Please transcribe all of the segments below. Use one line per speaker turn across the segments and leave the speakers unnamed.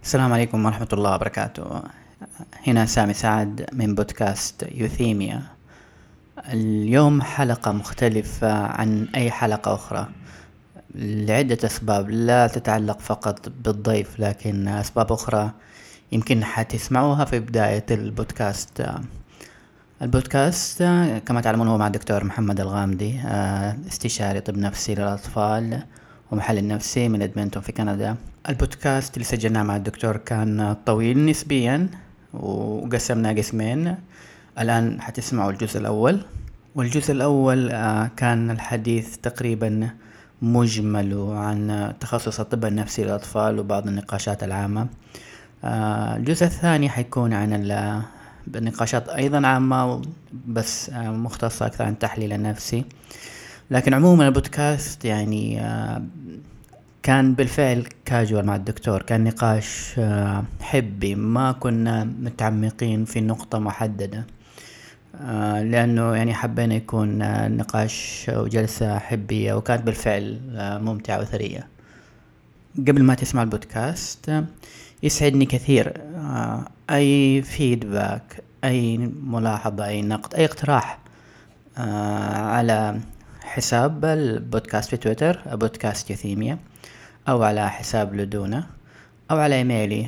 السلام عليكم ورحمة الله وبركاته. هنا سامي سعد من بودكاست يوثيميا. اليوم حلقة مختلفة عن أي حلقة أخرى لعدة أسباب لا تتعلق فقط بالضيف، لكن أسباب أخرى يمكن حتسمعوها في بداية البودكاست. البودكاست كما تعلمون هو مع الدكتور محمد الغامدي، استشاري طب نفسي للأطفال ومحلل نفسي من إدمنتون في كندا. البودكاست اللي سجلناه مع الدكتور كان طويل نسبيا وقسمناه قسمين. الآن حتسمعوا الجزء الأول، والجزء الأول كان الحديث تقريبا مجمل عن تخصص الطب النفسي للأطفال وبعض النقاشات العامة. الجزء الثاني حيكون عن النقاشات أيضا عامة بس مختصة أكثر عن التحليل النفسي. لكن عموما البودكاست يعني كان بالفعل كاجوال مع الدكتور، كان نقاش حبي، ما كنا متعمقين في نقطة محددة، لأنه يعني حبينا يكون نقاش وجلسة حبية، وكانت بالفعل ممتعة وثرية. قبل ما تسمع البودكاست يسعدني كثير أي فيدباك، أي ملاحظة، أي نقد، أي اقتراح على حساب البودكاست في تويتر بودكاست يوثيميا، أو على حساب لدونا، أو على إيميلي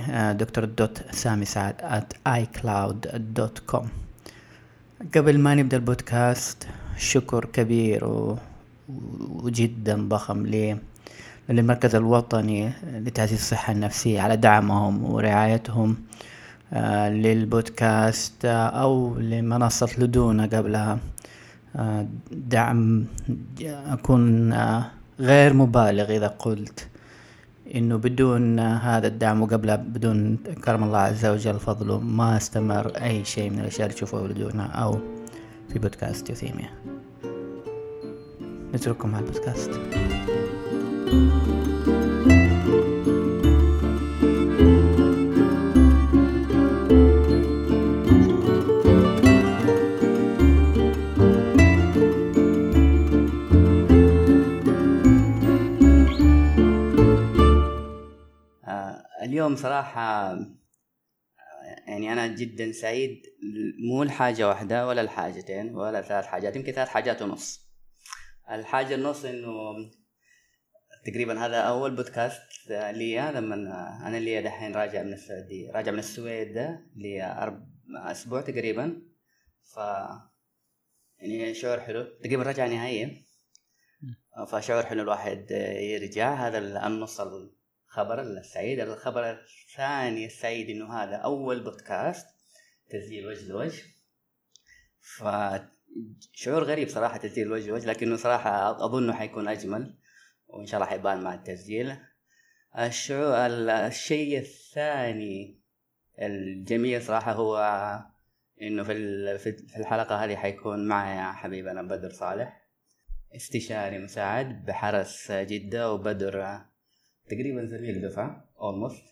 dr.samisad@icloud.com. قبل ما نبدأ البودكاست، شكر كبير وجدا ضخم للمركز الوطني لتعزيز الصحة النفسية على دعمهم ورعايتهم للبودكاست، أو لمنصة لدونا قبلها. دعم أكون غير مبالغ إذا قلت إنه بدون هذا الدعم وقبله بدون كرم الله عز وجل فضله ما استمر أي شيء من الأشياء اللي تشوفوها لدونا أو في بودكاست يوثيميا. نترككم مع البودكاست. اليوم صراحة يعني أنا جدا سعيد، مو الحاجة واحدة ولا الحاجتين ولا 3 حاجات، يمكن 3 حاجات ونص. الحاجة النص إنه تقريبا هذا أول بودكاست لي لما أنا اللي دحين راجع من السعودية، راجع من السويد لي 4 أسبوع تقريبا. يعني شعور حلو، تقريبا رجع نهائيا، فشعور حلو الواحد يرجع. هذا النص الخبر السعيد. الخبر الثاني السعيد إنه هذا أول بودكاست تسجيل وجه لوجه، فشعور غريب صراحة تسجيل وجه لوجه، لكنه صراحة أظنه حيكون أجمل وإن شاء الله حيبان مع التسجيل. الشيء الثاني الجميل صراحة هو إنه في الحلقة هذه حيكون معي حبيبنا بدر صالح، استشاري مساعد بحرس جدة، وبدر تقريبا زميل دفعة almost،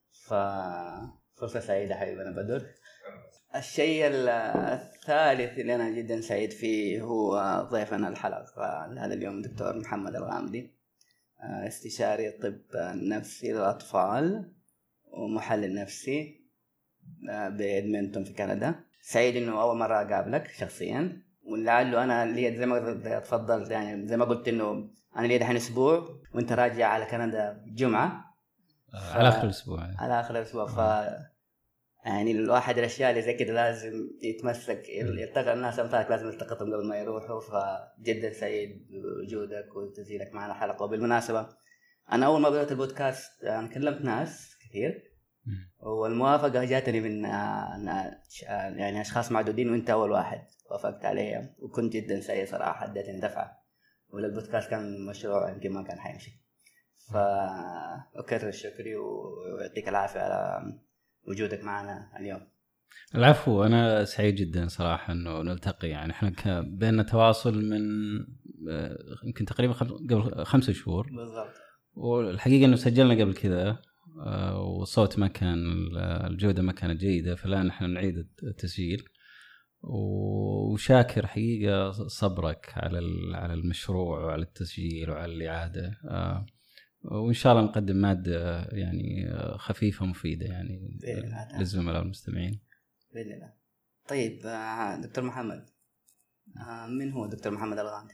ففرصة سعيدة حبيبنا بدر. الشيء الثالث اللي أنا جدا سعيد فيه هو ضيفنا الحلقة هذا اليوم دكتور محمد الغامدي، استشاري طب نفسي للأطفال ومحلل نفسي بإدمنتون في كندا. سعيد إنه أول مرة أقابلك شخصيا، ولعله أنا اللي زي ما تفضلت، يعني زي ما قلت إنه أنا اللي دحين أسبوع وأنت راجع على كندا جمعة
على آخر الأسبوع.
على آخر الأسبوع. يعني الواحد الأشياء اللي زي كده لازم يتمسك، يلتقى الناس أمثالك لازم يلتقطهم قبل ما يروحوا. فجدا سعيد بوجودك وتسجيلك معنا حلقة. وبالمناسبة أنا أول ما بدأت البودكاست أنا كلمت ناس كثير، والموافقة جاتني من يعني أشخاص معدودين، وأنت أول واحد وافقت عليها، وكنت جدا سعيد صراحة، اديتني دفعة، والبودكاست كان مشروع يمكن ما كان حيمشي. فأكرر شكري ويعطيك العافية على وجودك معنا اليوم.
العفو، أنا سعيد جدا صراحة أنه نلتقي. يعني إحنا بيننا تواصل من يمكن تقريبا قبل 5 شهور
بالضبط،
والحقيقة أنه سجلنا قبل كذا والصوت ما كان، الجودة ما كانت جيدة، فالآن نحن نعيد التسجيل. وشاكر حقيقة صبرك على المشروع وعلى التسجيل وعلى الإعادة. وإن شاء الله نقدم مادة يعني خفيفة مفيدة يعني للزملاء والمستمعين
بإذن الله. طيب دكتور محمد، من هو دكتور محمد الغامدي؟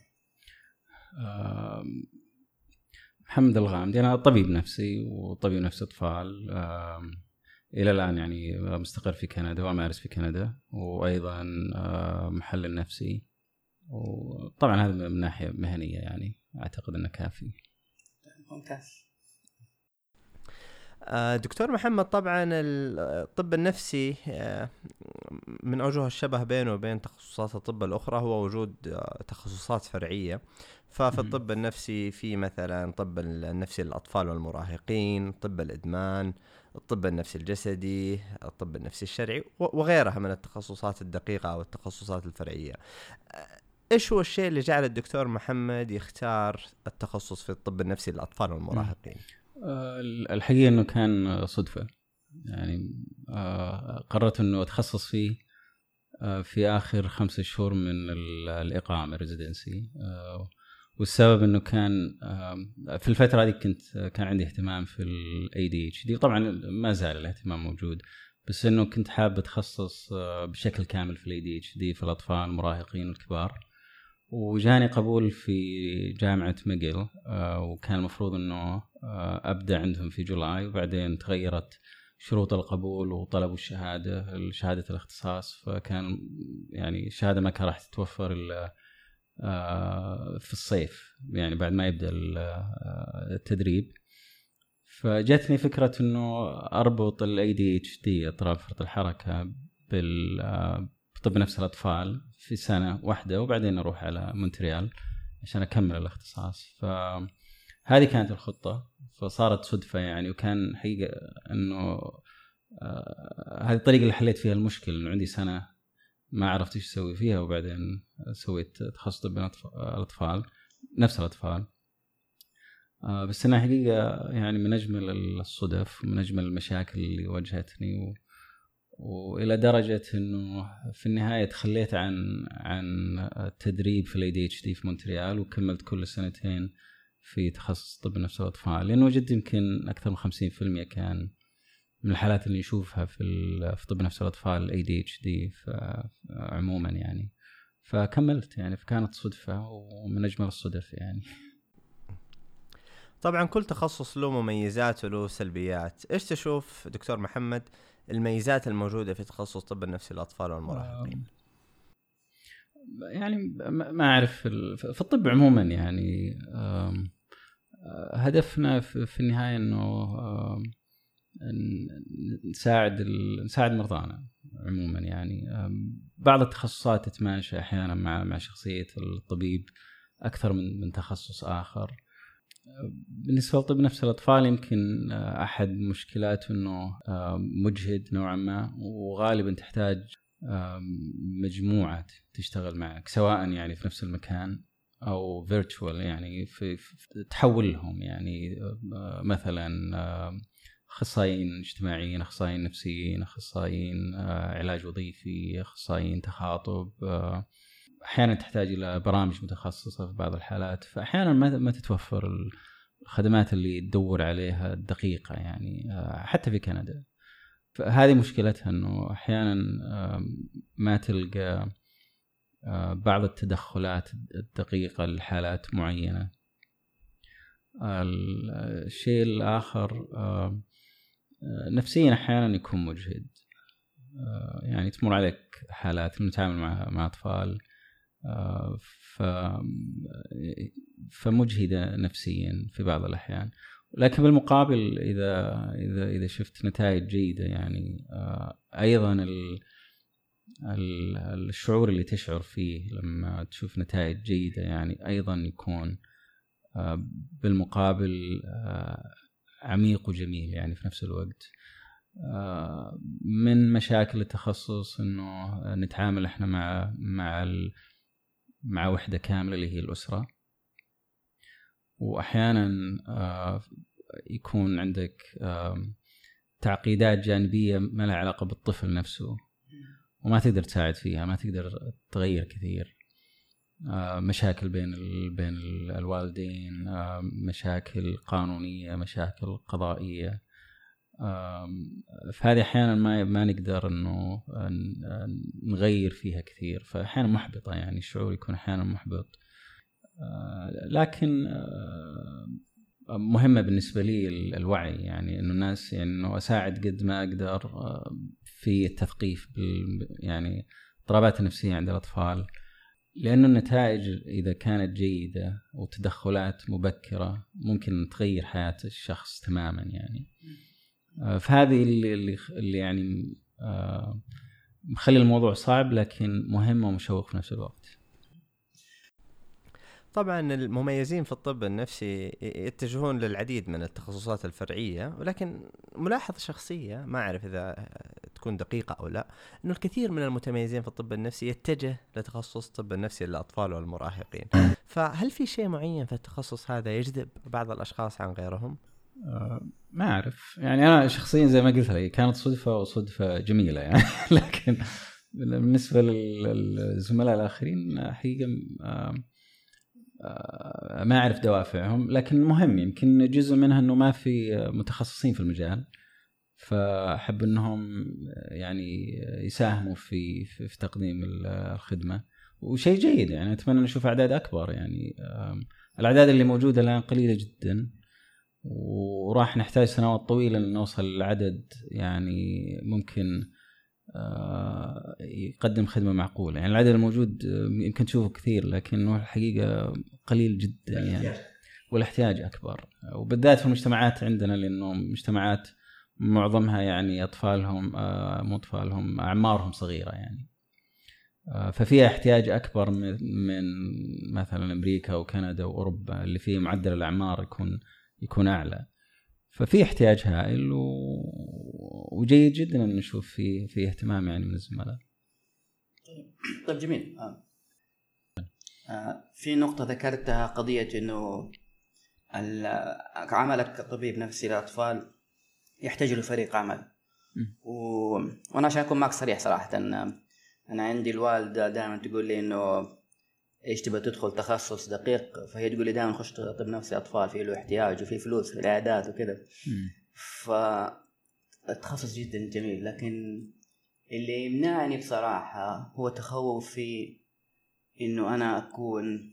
محمد الغامدي أنا طبيب نفسي وطبيب نفس أطفال، إلى الآن يعني مستقر في كندا وأمارس في كندا، وأيضا محلل نفسي، وطبعا هذا من ناحية مهنية يعني أعتقد أنه كافي.
ممتاز.
دكتور محمد، طبعا الطب النفسي من أوجه الشبه بينه وبين تخصصات الطب الأخرى هو وجود تخصصات فرعية. ففي الطب النفسي في مثلا طب النفسي للأطفال والمراهقين، طب الإدمان، الطب النفسي الجسدي، الطب النفسي الشرعي، وغيرها من التخصصات الدقيقة أو التخصصات الفرعية. إيش هو الشيء اللي جعل الدكتور محمد يختار التخصص في الطب النفسي للأطفال والمراهقين؟
الحقيقة أنه كان صدفة، يعني قررت أنه أتخصص فيه في آخر 5 شهور من الإقامة ريزيدنسي، والسبب أنه كان في الفترة هذه كان عندي اهتمام في ال ADHD، طبعا ما زال الاهتمام موجود، بس أنه كنت حابب أتخصص بشكل كامل في ال ADHD في الأطفال المراهقين الكبار. وجاني قبول في جامعة ميغيل، وكان المفروض أنه أبدأ عندهم في جولاي، وبعدين تغيرت شروط القبول وطلبوا شهادة الاختصاص، فكان يعني الشهادة ما كان راح تتوفر إلا في الصيف يعني بعد ما يبدأ التدريب. فجتني فكرة أنه أربط ال ADHD اضطراب فرط الحركة بطب نفس الأطفال في سنة واحدة، وبعدين أروح على مونتريال عشان أكمل الاختصاص. فهذه كانت الخطة، فصارت صدفة يعني، وكان حقيقة أنه هذه الطريقة اللي حليت فيها المشكلة، أنه عندي سنة ما عرفت إيش أسوي فيها، وبعدين سويت تخصص طب الأطفال نفس الأطفال. بس أنا حقيقة يعني من أجمل الصدف ومن أجمل المشاكل اللي واجهتني، وإلى درجة إنه في النهاية تخليت عن التدريب في ADHD في مونتريال، وكملت كل 2 سنين في تخصص طب نفس الأطفال، لأنه وجدت يمكن أكثر من 50% كان من الحالات اللي نشوفها في طب نفس الأطفال ADHD عموما يعني. فكملت يعني، فكانت صدفة ومن أجمل الصدف يعني.
طبعا كل تخصص له مميزات وله سلبيات. إيش تشوف دكتور محمد الميزات الموجودة في تخصص طب النفسي للأطفال والمراهقين؟
يعني ما أعرف في الطب عموما يعني هدفنا في النهاية إنه نساعد مرضانا عموما يعني. بعض التخصصات تتماشى أحيانا مع شخصية الطبيب أكثر من تخصص آخر. بالنسبة لطب نفس الأطفال يمكن أحد مشكلاته أنه مجهد نوعا ما، وغالبا تحتاج مجموعة تشتغل معك، سواء يعني في نفس المكان أو virtual يعني في تحولهم يعني مثلا أخصائيين اجتماعيين، أخصائيين نفسيين، أخصائيين علاج وظيفي، أخصائيين تخاطب. أحيانا تحتاج إلى برامج متخصصة في بعض الحالات، فأحيانا ما تتوفر الخدمات اللي تدور عليها الدقيقة يعني حتى في كندا. فهذه مشكلتها، أنه أحيانا ما تلقى بعض التدخلات الدقيقة لحالات معينة. الشيء الآخر نفسيا أحيانا يكون مجهد، يعني تمر عليك حالات نتعامل مع أطفال فمجهدة نفسيا في بعض الأحيان. لكن بالمقابل إذا شفت نتائج جيدة يعني أيضا الشعور اللي تشعر فيه لما تشوف نتائج جيدة يعني أيضا يكون بالمقابل عميق وجميل يعني في نفس الوقت. من مشاكل التخصص إنه نتعامل إحنا مع وحدة كاملة اللي هي الأسرة، وأحيانا يكون عندك تعقيدات جانبية ما لها علاقة بالطفل نفسه، وما تقدر تساعد فيها، ما تقدر تغير كثير. مشاكل بين الوالدين، مشاكل قانونية، مشاكل قضائية. فهذه أحيانا ما نقدر إنه نغير فيها كثير، فأحيانا محبطة، يعني الشعور يكون أحيانا محبط. لكن مهمة بالنسبة لي الوعي، يعني إنه الناس، يعني إنه أساعد قد ما أقدر في التثقيف يعني اضطرابات النفسية عند الأطفال، لأنه النتائج إذا كانت جيدة وتدخلات مبكرة ممكن تغير حياة الشخص تماما يعني. فهذه اللي يعني مخلي الموضوع صعب لكن مهم ومشوق في نفس الوقت.
طبعا المميزين في الطب النفسي يتجهون للعديد من التخصصات الفرعية، ولكن ملاحظة شخصية ما أعرف إذا تكون دقيقة أو لا، أنه الكثير من المتميزين في الطب النفسي يتجه لتخصص الطب النفسي للأطفال والمراهقين. فهل في شيء معين في التخصص هذا يجذب بعض الأشخاص عن غيرهم؟
ما أعرف، يعني أنا شخصيا زي ما قلت لي كانت صدفة جميلة يعني لكن بالنسبة للزملاء الآخرين حقيقة ما أعرف دوافعهم، لكن مهم يمكن جزء منها أنه ما في متخصصين في المجال، فأحب أنهم يعني يساهموا في تقديم الخدمة، وشيء جيد يعني. أتمنى أن نشوف أعداد أكبر، يعني الأعداد اللي موجودة الآن قليلة جدا، وراح نحتاج سنوات طويلة لنوصل لعدد يعني ممكن يقدم خدمة معقولة. يعني العدد الموجود يمكن تشوفه كثير لكنه الحقيقة قليل جدا يعني، والاحتياج أكبر، وبالذات في المجتمعات عندنا، لأنه مجتمعات معظمها يعني أطفالهم أعمارهم صغيرة يعني، ففيها احتياج أكبر من مثلا أمريكا وكندا وأوروبا اللي فيه معدل الأعمار يكون أعلى. ففي احتياج هائل وجيد جدا أن نشوف فيه اهتمام يعني من الزملاء.
طيب جميل. في نقطة ذكرتها، قضية أنه عملك كطبيب نفسي للأطفال يحتاج له فريق عمل. وأنا عشان أكون معك صريح صراحة، أنا عندي الوالدة دائما تقول لي أنه إيش تبغى تدخل تخصص دقيق، فهي تقول لي دائما خش طب نفسي أطفال، فيه له احتياج وفيه فلوس في العيادات وكذا. فالتخصص جدا جميل، لكن اللي يمنعني بصراحة هو تخوفي إنه أنا أكون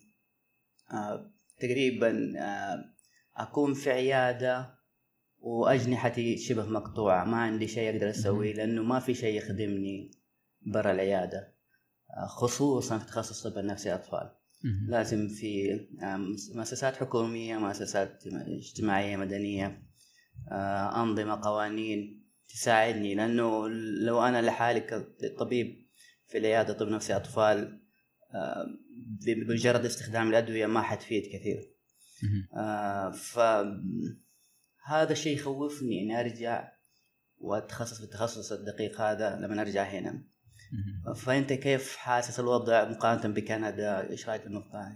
تقريبا أكون في عيادة وأجنحتي شبه مقطوعة، ما عندي شيء أقدر أسويه، لأنه ما في شيء يخدمني برا العيادة، خصوصا في تخصص طب النفسي أطفال. لازم في مؤسسات حكومية، مؤسسات اجتماعية مدنية، أنظمة قوانين تساعدني، لأنه لو أنا لحالي كطبيب في العيادة طب نفسي أطفال بمجرد استخدام الأدوية ما حتفيد كثير. فهذا الشيء يخوفني إني أرجع وأتخصص في التخصص الدقيق هذا لما أرجع هنا. فأنت كيف حاسس الوضع مقارنة بكندا؟ إيش رأيك النقطة هذه؟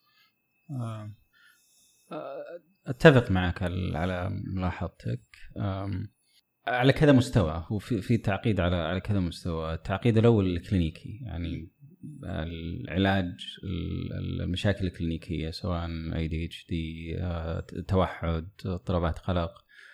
أتفق معك على ملاحظتك على كذا مستوى، وفي تعقيد على كذا مستوى. التعقيد الأول الكلينيكي، يعني العلاج المشاكل الكلينيكية سواء ADHD، توحد، اضطرابات قلق.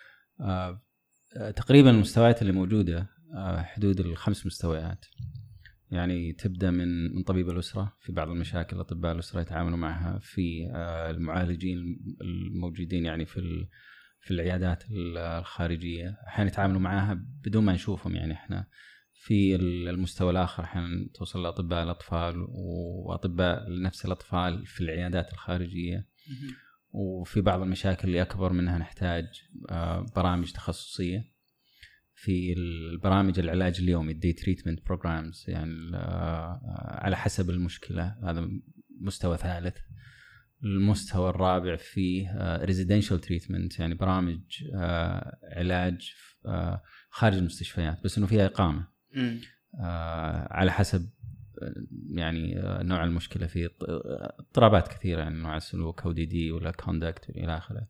تقريبا المستويات اللي موجودة حدود 5 مستويات، يعني تبدأ من طبيب الأسرة. في بعض المشاكل أطباء الأسرة يتعاملوا معها، في المعالجين الموجودين يعني في العيادات الخارجية أحيانا يتعاملوا معها بدون ما نشوفهم. يعني إحنا في المستوى الآخر أحيانا توصل لأطباء الأطفال وأطباء نفس الأطفال في العيادات الخارجية. وفي بعض المشاكل اللي أكبر منها نحتاج برامج تخصصية. في البرامج العلاج اليومي Day Treatment Programs، يعني على حسب المشكلة، هذا مستوى ثالث. المستوى الرابع فيه Residential Treatment، يعني برامج علاج خارج المستشفيات بس إنه فيها إقامة على حسب يعني نوع المشكلة. فيه اضطرابات كثيرة، يعني نوع السلوك ODD ولا Conduct إلى آخره.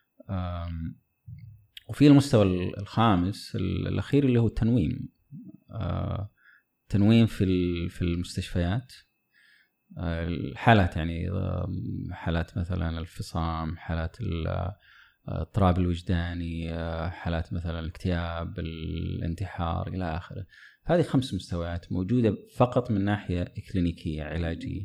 وفي المستوى الخامس الأخير اللي هو التنويم. تنويم في المستشفيات، الحالات يعني حالات مثلا الفصام، حالات الاضطراب الوجداني، حالات مثلا الاكتئاب، الانتحار إلى آخره. هذه 5 مستويات موجودة فقط من ناحية كلينيكية علاجية.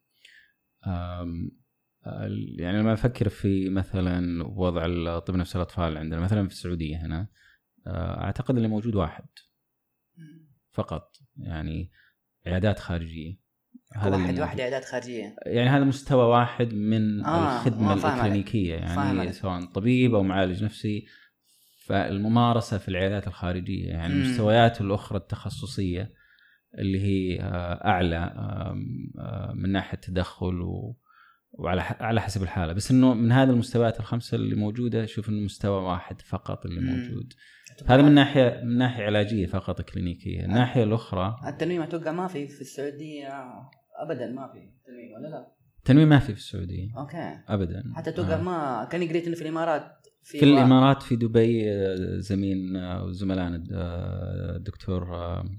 يعني لما أفكر في مثلا وضع الطب نفسي الأطفال عندنا مثلا في السعودية هنا، أعتقد اللي موجود واحد فقط، يعني عيادات خارجية.
هذا واحد عيادات خارجية،
يعني هذا مستوى واحد من الخدمة الإكلينيكية، يعني سواء طبيب أو معالج نفسي. فالممارسة في العيادات الخارجية، يعني المستويات الأخرى التخصصية اللي هي أعلى من ناحية التدخل وعلى حسب الحالة. بس إنه من هذه المستويات ال5 اللي موجودة، شوف إنه مستوى واحد فقط اللي موجود. هذا من ناحية علاجية فقط كلينيكية. الناحية الأخرى
التنويم أتوقع ما في السعودية أبدا، ما في تنويم ولا لا؟
تنويم ما في السعودية
أوكي
أبدا.
حتى أتوقع ما كان قريت إنه في الإمارات،
في الإمارات في دبي زميل وزملائنا الدكتور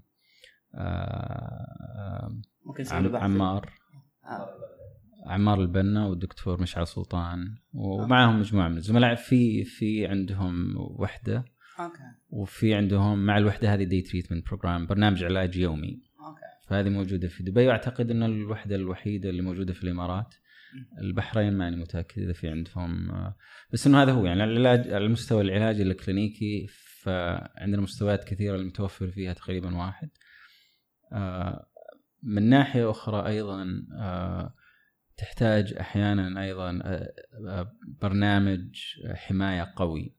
عمار البنا والدكتور مشعل سلطان، ومعهم مجموعة من الزملاء في عندهم وحدة. وفي عندهم مع الوحدة هذه دي تريتمنت بروجرام، برنامج علاج يومي. فهذه موجودة في دبي، وأعتقد أن الوحدة الوحيدة اللي موجودة في الإمارات. البحرين ماني متأكد إذا في عندهم، بس إنه هذا هو يعني العلاج على المستوى العلاجي الكلينيكي. فعندنا مستويات كثيرة المتوفر فيها تقريبا واحد. من ناحية أخرى أيضا تحتاج أحيانا أيضا برنامج حماية قوي،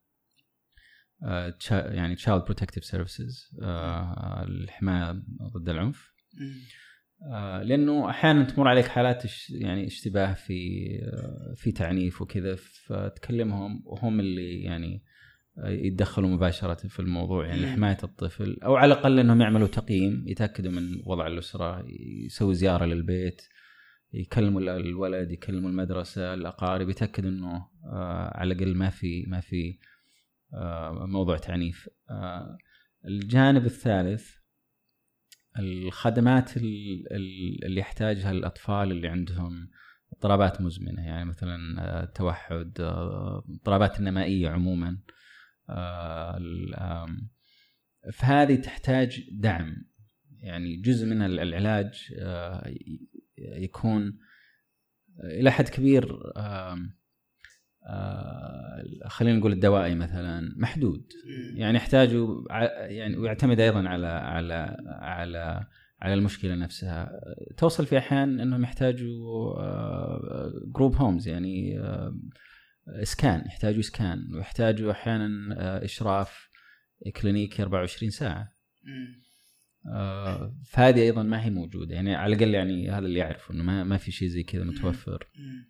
يعني Child Protective Services، الحماية ضد العنف. لأنه أحيانا تمر عليك حالات يعني اشتباه في تعنيف وكذا، فتكلمهم وهم اللي يعني يتدخلوا مباشرة في الموضوع، يعني لحماية الطفل، أو على الأقل أنهم يعملوا تقييم، يتأكدوا من وضع الأسرة، يسوي زيارة للبيت، يكلموا الولد، يكلموا المدرسة، الأقارب، يتأكدوا أنه على الأقل ما في موضوع تعنيف. الجانب الثالث الخدمات اللي يحتاجها الأطفال اللي عندهم اضطرابات مزمنة، يعني مثلا توحد، اضطرابات النمائية عموما. فهذه تحتاج دعم، يعني جزء من العلاج يكون إلى حد كبير خلينا نقول الدوائي مثلا محدود، يعني يحتاجوا يعني ويعتمد أيضا على المشكلة نفسها. توصل في أحيان أنهم يحتاجوا جروب هومز، يعني إسكان، يحتاجوا إسكان، ويحتاجوا أحيانا إشراف كلينيكي 24 ساعة. فهذه أيضا ما هي موجودة، يعني على الأقل يعني هذا اللي يعرف أنه ما في شيء زي كذا متوفر.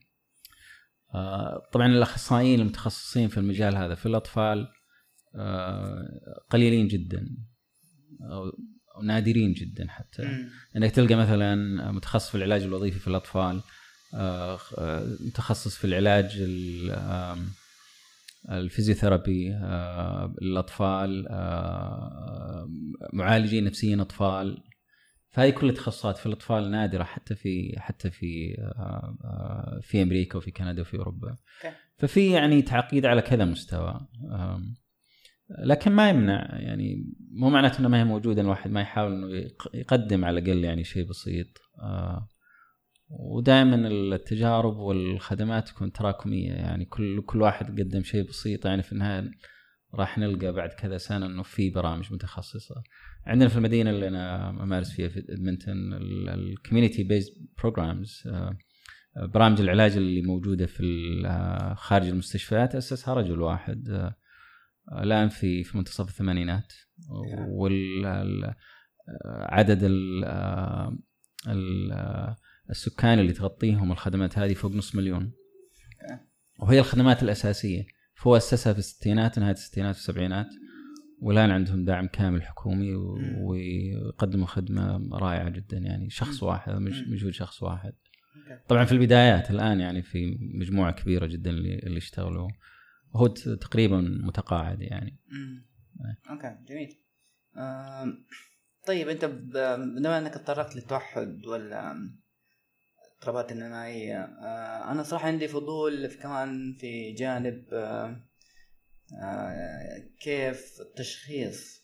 طبعا الأخصائيين المتخصصين في المجال هذا في الأطفال قليلين جدا أو نادرين جدا، حتى أنك تلقى مثلا متخصص في العلاج الوظيفي في الأطفال، متخصص في العلاج الفيزيوثيرابي للأطفال، معالجين نفسيين أطفال. فهي كل التخصصات في الأطفال نادرة، حتى في أمريكا وفي كندا وفي أوروبا. ففي يعني تعقيد على كذا مستوى، لكن ما يمنع، يعني مو معناته أنه ما هي موجودة، الواحد ما يحاول أنه يقدم على الأقل يعني شيء بسيط. ودائما التجارب والخدمات تكون تراكمية، يعني كل واحد قدم شيء بسيط، يعني في النهاية راح نلقى بعد كذا سنة أنه في برامج متخصصة. عندنا في المدينة اللي أنا أمارس فيها في إدمنتون الكوميونيتي بيزد بروجرامز، برامج العلاج اللي موجودة في خارج المستشفيات أسسها رجل واحد الآن في منتصف الثمانينات، والعدد السكان اللي تغطيهم الخدمات هذه فوق 500,000، وهي الخدمات الأساسية. فهو أسسها في الستينات، نهاية الستينات والسبعينات، والآن عندهم دعم كامل حكومي ويقدموا خدمة رائعة جدا، يعني شخص واحد، مجهود شخص واحد. طبعا في البدايات، الآن يعني في مجموعة كبيرة جدا اللي يشتغلوا، هو تقريبا متقاعد يعني.
اوكي جميل. طيب انت بما انك تطرقت للتوحد الاضطرابات النمائية. أنا صراحة عندي فضول كمان في جانب كيف التشخيص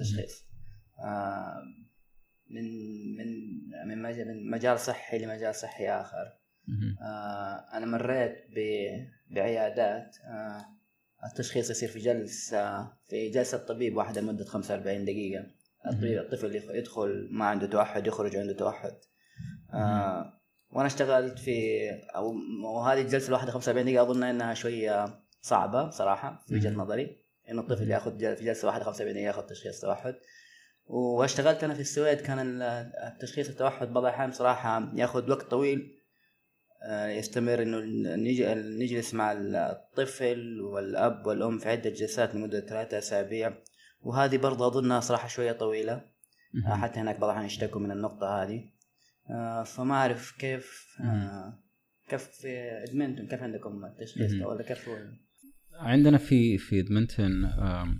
من مجال صحي لمجال صحي آخر. أنا مريت بعيادات التشخيص يصير في جلسة طبيب واحدة لمدة 45 دقيقة. الطفل يدخل ما عنده توحد، يخرج عنده توحد. وأنا اشتغلت وهذه الجلسة الواحدة 45 دقيقة أظن أنها شوية صعبة صراحة في وجهة نظري، إنه الطفل يأخذ في جلسة واحدة 45 دقيقة يأخذ تشخيص توحد. واشتغلت أنا في السويد، كان التشخيص التوحد بعض الأحيان صراحة يأخذ وقت طويل، يستمر إنه نجلس مع الطفل والأب والأم في عدة جلسات لمدة 3 أسابيع، وهذه برضه أظنها صراحة شوية طويلة. حتى هناك بعض الأحيان يشتكوا من النقطة هذه. فما أعرف كيف في إدمنتون، كيف عندكم التشخيص ولا كيف هو؟
عندنا في إدمنتون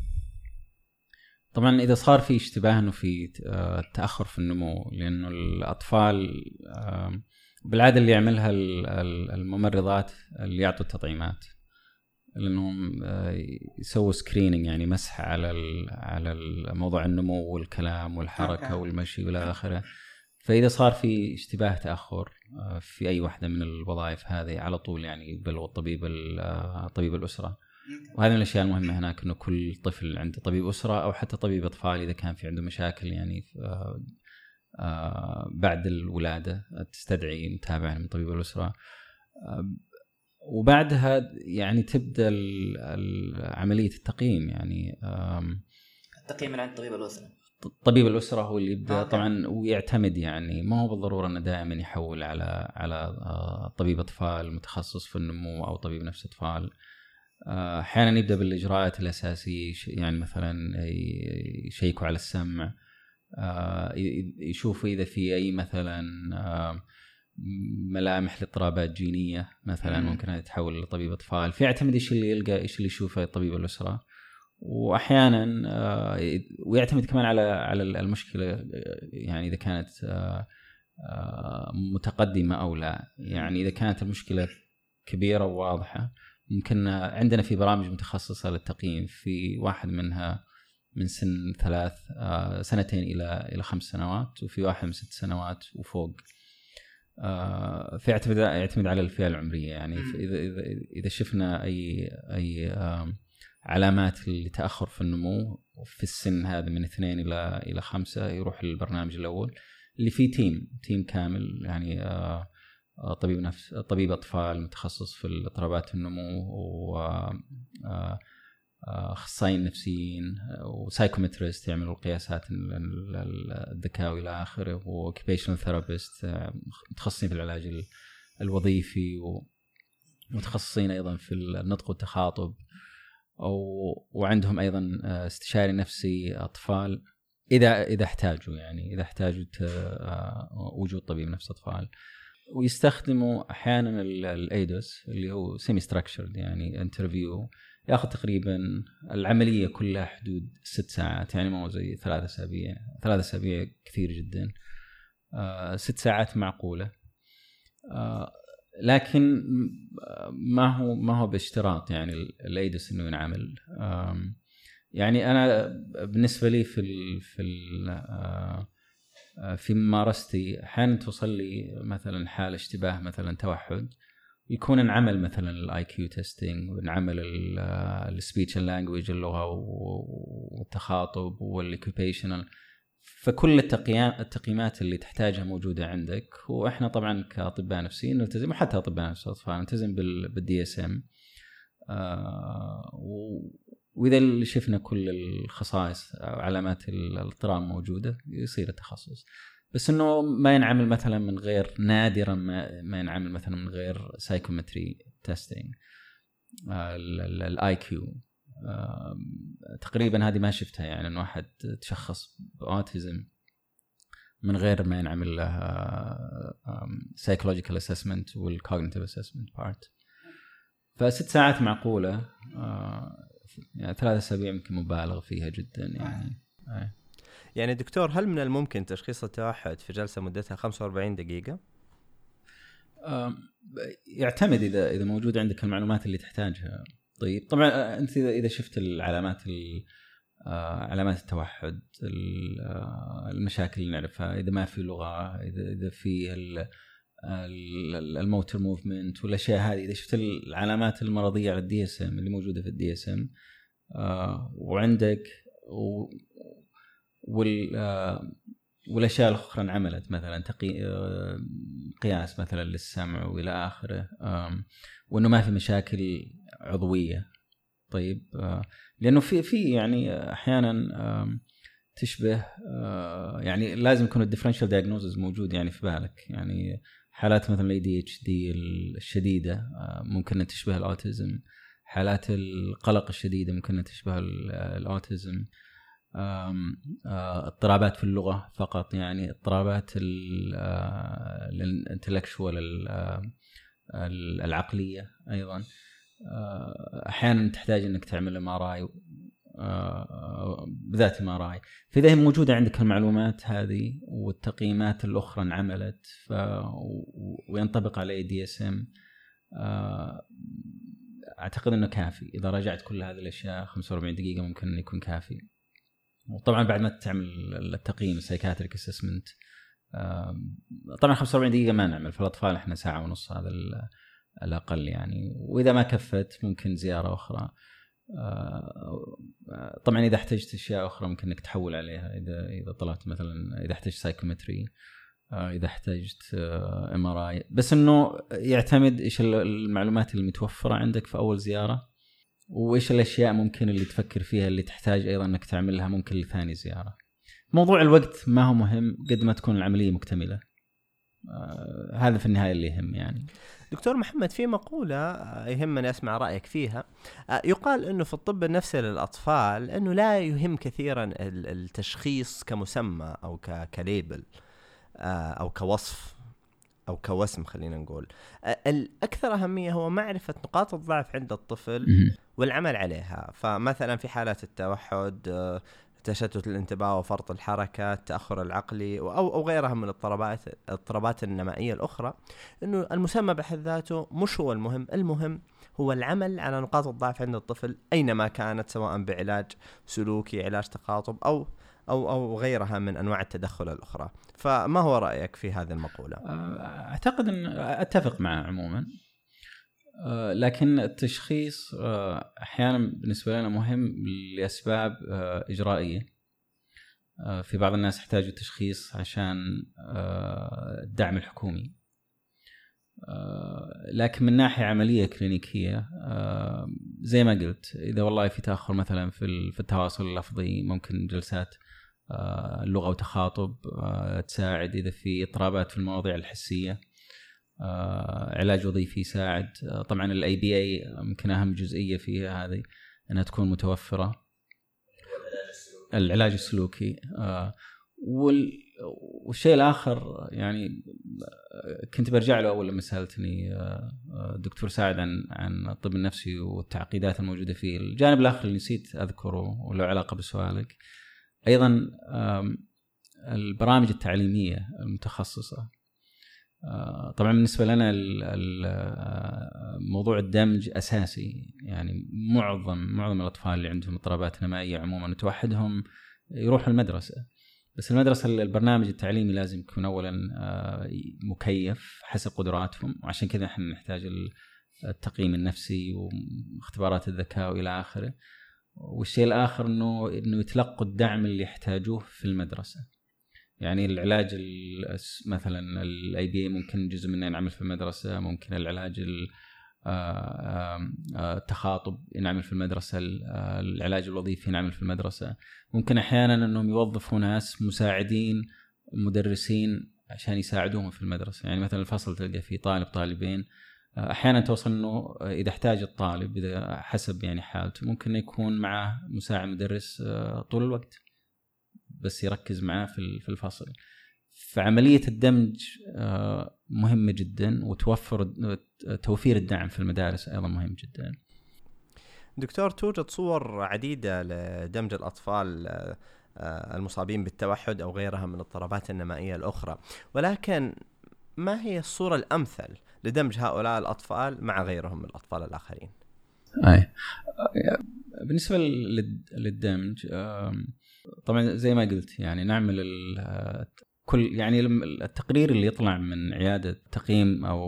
طبعا إذا صار في اشتباه إنه في تأخر في النمو، لأنه الأطفال بالعادة اللي يعملها الممرضات اللي يعطوا التطعيمات، لأنهم يسووا سكرينينج، يعني مسح على موضوع النمو والكلام والحركة والمشي والى آخره. فإذا صار في اشتباه تأخر في أي واحدة من الوظائف هذه، على طول يعني يبلغ طبيب الأسرة. وهذه من الأشياء المهمة هناك، إنه كل طفل عنده طبيب أسرة أو حتى طبيب أطفال إذا كان في عنده مشاكل يعني بعد الولادة تستدعي متابعة من طبيب الأسرة. وبعدها يعني تبدأ عملية التقييم، يعني
التقييم من عند طبيب الأسرة.
طبيب الأسرة هو اللي يبدأ طبعا، ويعتمد يعني ما هو بالضرورة أنه دائما يحول على طبيب أطفال متخصص في النمو أو طبيب نفس أطفال. أحيانا يبدأ بالإجراءات الأساسية، يعني مثلا يشيكوا على السمع، يشوفوا إذا في أي مثلا ملامح لاضطرابات جينية مثلا ممكن أن يتحول لطبيب أطفال. فيعتمد إيش اللي يلقى، إيش اللي يشوفه طبيب الأسرة. وأحيانا ويعتمد كمان على المشكلة، يعني إذا كانت متقدمة أو لا. يعني إذا كانت المشكلة كبيرة وواضحة، ممكن عندنا في برامج متخصصة للتقييم، في واحد منها من سن 2 إلى 5 سنوات، وفي واحد من 6 سنوات وفوق. يعتمد على الفئة العمرية. يعني إذا شفنا أي علامات لتأخر في النمو في السن هذا من 2 إلى 5، يروح البرنامج الأول اللي فيه تيم كامل، يعني طبيب أطفال متخصص في اضطرابات النمو، وأخصائيين نفسيين، وسايكومتريست يعملوا القياسات الذكاء إلى آخره، وoccupational therapist متخصصين في العلاج الوظيفي، ومتخصصين أيضا في النطق والتخاطب، وعندهم أيضا استشاري نفسي أطفال إذا احتاجوا وجود طبيب نفس أطفال. ويستخدموا أحيانا الأيدوس اللي هو semi structured، يعني انترفيو يأخذ تقريبا العملية كلها حدود 6 ساعات، يعني ما هو زي 3 أسابيع. 3 أسابيع كثير جدا، 6 ساعات معقولة. لكن ما هو باشتراط يعني الأيدوس إنه ينعمل. يعني أنا بالنسبة لي في ممارستي أحيانا توصل لي مثلا حالة اشتباه مثلا توحد، يكون نعمل مثلا الاي كيو تيستينج، ونعمل السبيتش اند لانجويج، اللغة والتخاطب والاوكيبيشنال. فكل التقييمات اللي تحتاجها موجودة عندك. وإحنا طبعا كأطباء نفسيين نلتزم، وحتى أطباء نفس الأطفال نلتزم بالدي اس ام. وإذا شفنا كل الخصائص أو علامات الاضطراب موجودة، يصير التخصص. بس إنه ما ينعمل مثلا من غير، نادرا ما ينعمل مثلا من غير سايكومتري تيستينج. الاي كيو تقريبا هذه ما شفتها، يعني إنه واحد تشخص بأوتيزم من غير ما ينعمل لها psychological assessment والcognitive assessment part. ف6 ساعات معقولة. يعني 3 أسابيع يمكن مبالغ فيها جدا يعني.
يعني دكتور، هل من الممكن تشخيص التوحد في جلسة مدتها 45 دقيقة؟
يعتمد إذا موجود عندك المعلومات اللي تحتاجها. طيب طبعا أنت إذا شفت العلامات علامات التوحد، المشاكل اللي نعرفها، إذا ما في لغة، إذا في الموتور موفمنت والأشياء هذه، إذا شفت العلامات المرضية على الدي اس ام اللي موجودة في الدي اس ام وعندك والأشياء الأخرى انعملت، مثلا قياس مثلا للسمع وإلى آخره، وإنه ما في مشاكل عضوية. طيب لأنه في يعني أحيانا تشبه يعني لازم يكون الديفرنشال دايجنوزز موجود يعني في بالك. يعني حالات مثلا ADHD الشديدة ممكن أن تشبه الأوتيزم، حالات القلق الشديدة ممكن أن تشبه الأوتيزم، اضطرابات في اللغة فقط، يعني اضطرابات الانتلكشوال العقلية أيضا أحيانا تحتاج أنك تعمل MRI بذات MRI. فإذا هي موجودة عندك المعلومات هذه والتقييمات الأخرى انعملت وينطبق عليه DSM، أعتقد أنه كافي. إذا رجعت كل هذه الأشياء 45 دقيقة ممكن أن يكون كافي. وطبعا بعد ما تعمل التقييم السايكاتريك اسسمنت، طبعا 45 دقيقة ما نعمل في الأطفال، إحنا ساعة ونص هذا الأقل يعني. وإذا ما كفت ممكن زيارة أخرى. طبعا إذا احتجت أشياء أخرى ممكن إنك تحول عليها، إذا طلعت مثلا إذا احتجت سايكومتري، إذا احتجت MRI. بس إنه يعتمد إيش المعلومات اللي متوفرة عندك في أول زيارة، وإيش الأشياء ممكن اللي تفكر فيها اللي تحتاج أيضا إنك تعملها ممكن لثاني زيارة. موضوع الوقت ما هو مهم قد ما تكون العملية مكتملة. هذا في النهاية اللي يهم يعني.
دكتور محمد، في مقولة يهمني أسمع رأيك فيها. يقال أنه في الطب النفسي للأطفال أنه لا يهم كثيرا التشخيص كمسمى أو كليبل أو كوصف أو كوسم، خلينا نقول. الأكثر أهمية هو معرفة نقاط الضعف عند الطفل والعمل عليها. فمثلا في حالات التوحد، تشتت الانتباه وفرط الحركة، التأخر العقلي أو غيرها من الاضطرابات النمائية الأخرى، إنه المسمى بحد ذاته مش هو المهم. المهم هو العمل على نقاط الضعف عند الطفل أينما كانت، سواء بعلاج سلوكي، علاج تخاطب أو غيرها من أنواع التدخل الأخرى. فما هو رأيك في هذه المقولة؟
أعتقد أن أتفق معه عموما، لكن التشخيص أحيانا بالنسبة لنا مهم لأسباب إجرائية. في بعض الناس يحتاجوا تشخيص عشان الدعم الحكومي، لكن من ناحية عملية كلينيكية زي ما قلت، إذا والله في تأخر مثلا في التواصل اللفظي ممكن جلسات اللغة وتخاطب تساعد. إذا في اضطرابات في المواضيع الحسية علاج وظيفي يساعد. طبعا الABA ممكن أهم جزئية فيها هذه أنها تكون متوفرة. العلاج السلوكي. والشيء الآخر يعني كنت برجع له أول لما سألتني دكتور سعد عن الطب النفسي والتعقيدات الموجودة فيه. الجانب الآخر اللي نسيت أذكره وله علاقة بسؤالك أيضا، البرامج التعليمية المتخصصة. طبعا بالنسبة لنا موضوع الدمج أساسي. يعني معظم الأطفال اللي عندهم اضطرابات نمائية عموما توحدهم يروحوا المدرسة، بس المدرسة البرنامج التعليمي لازم يكون أولا مكيف حسب قدراتهم، وعشان كذا احنا نحتاج التقييم النفسي واختبارات الذكاء وإلى آخره. والشيء الآخر إنه يتلقوا الدعم اللي يحتاجوه في المدرسة. يعني العلاج مثلا الABA ممكن جزء منه ينعمل في المدرسة، ممكن العلاج التخاطب ينعمل في المدرسة، العلاج الوظيفي ينعمل في المدرسة. ممكن أحيانا أنهم يوظفوا ناس مساعدين مدرسين عشان يساعدوهم في المدرسة. يعني مثلا الفصل تلقى فيه طالبين، أحيانا توصل أنه إذا احتاج الطالب إذا حسب يعني حالته ممكن يكون معه مساعد مدرس طول الوقت بس يركز معاه في الفصل. فعملية الدمج مهمة جدا، توفير الدعم في المدارس أيضا مهم جدا.
دكتور، توجد صور عديدة لدمج الأطفال المصابين بالتوحد أو غيرها من الاضطرابات النمائية الأخرى، ولكن ما هي الصورة الأمثل لدمج هؤلاء الأطفال مع غيرهم من الأطفال الآخرين؟
أي بالنسبة للدمج طبعا زي ما قلت يعني نعمل كل يعني التقرير اللي يطلع من عيادة تقييم أو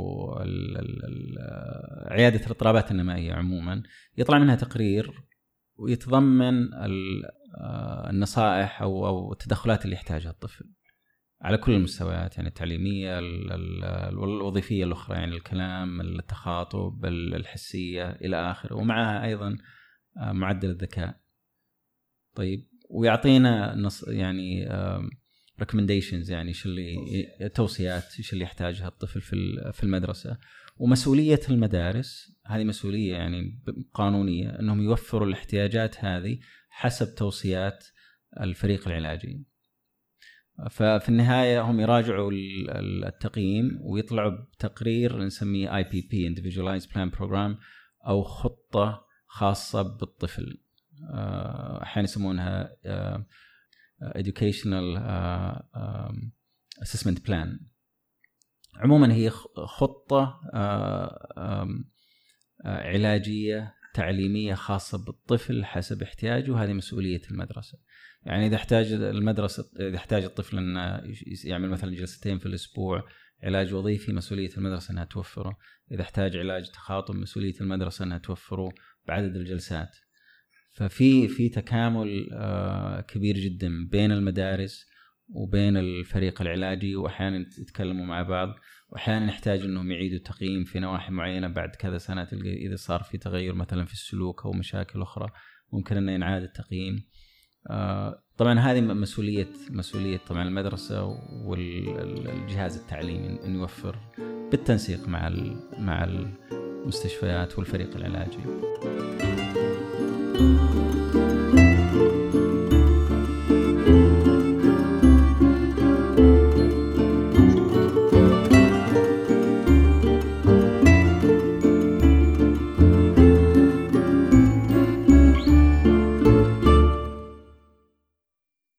عيادة الاضطرابات النمائية عموما يطلع منها تقرير ويتضمن النصائح أو التدخلات اللي يحتاجها الطفل على كل المستويات، يعني التعليمية والوظيفية الأخرى، يعني الكلام، التخاطب، الحسية إلى آخره، ومعها أيضا معدل الذكاء. طيب ويعطينا يعني recommendations، يعني ايش اللي توصيات ايش اللي يحتاجها الطفل في المدرسة. ومسؤولية المدارس هذه مسؤولية يعني قانونية انهم يوفروا الاحتياجات هذه حسب توصيات الفريق العلاجي. ففي النهاية هم يراجعوا التقييم ويطلعوا بتقرير نسميه IPP Individualized Plan Program أو خطة خاصة بالطفل، أحيانا يسمونها Educational Assessment Plan. عموما هي خطة علاجية تعليمية خاصة بالطفل حسب احتياجه، وهذه مسؤولية المدرسة. يعني إذا احتاج الطفل أن يعمل مثلا جلستين في الأسبوع علاج وظيفي، مسؤولية المدرسة أنها توفره. إذا احتاج علاج تخاطب، مسؤولية المدرسة أنها توفره بعدد الجلسات. ففي تكامل كبير جدا بين المدارس وبين الفريق العلاجي، وأحيانا يتكلموا مع بعض، وأحيانا يحتاج أنهم يعيدوا تقييم في نواحي معينة بعد كذا سنة. إذا صار في تغير مثلا في السلوك أو مشاكل أخرى ممكن أن ينعاد التقييم. طبعا هذه مسؤولية طبعا المدرسة والجهاز التعليمي أن يوفر بالتنسيق مع المستشفيات والفريق العلاجي.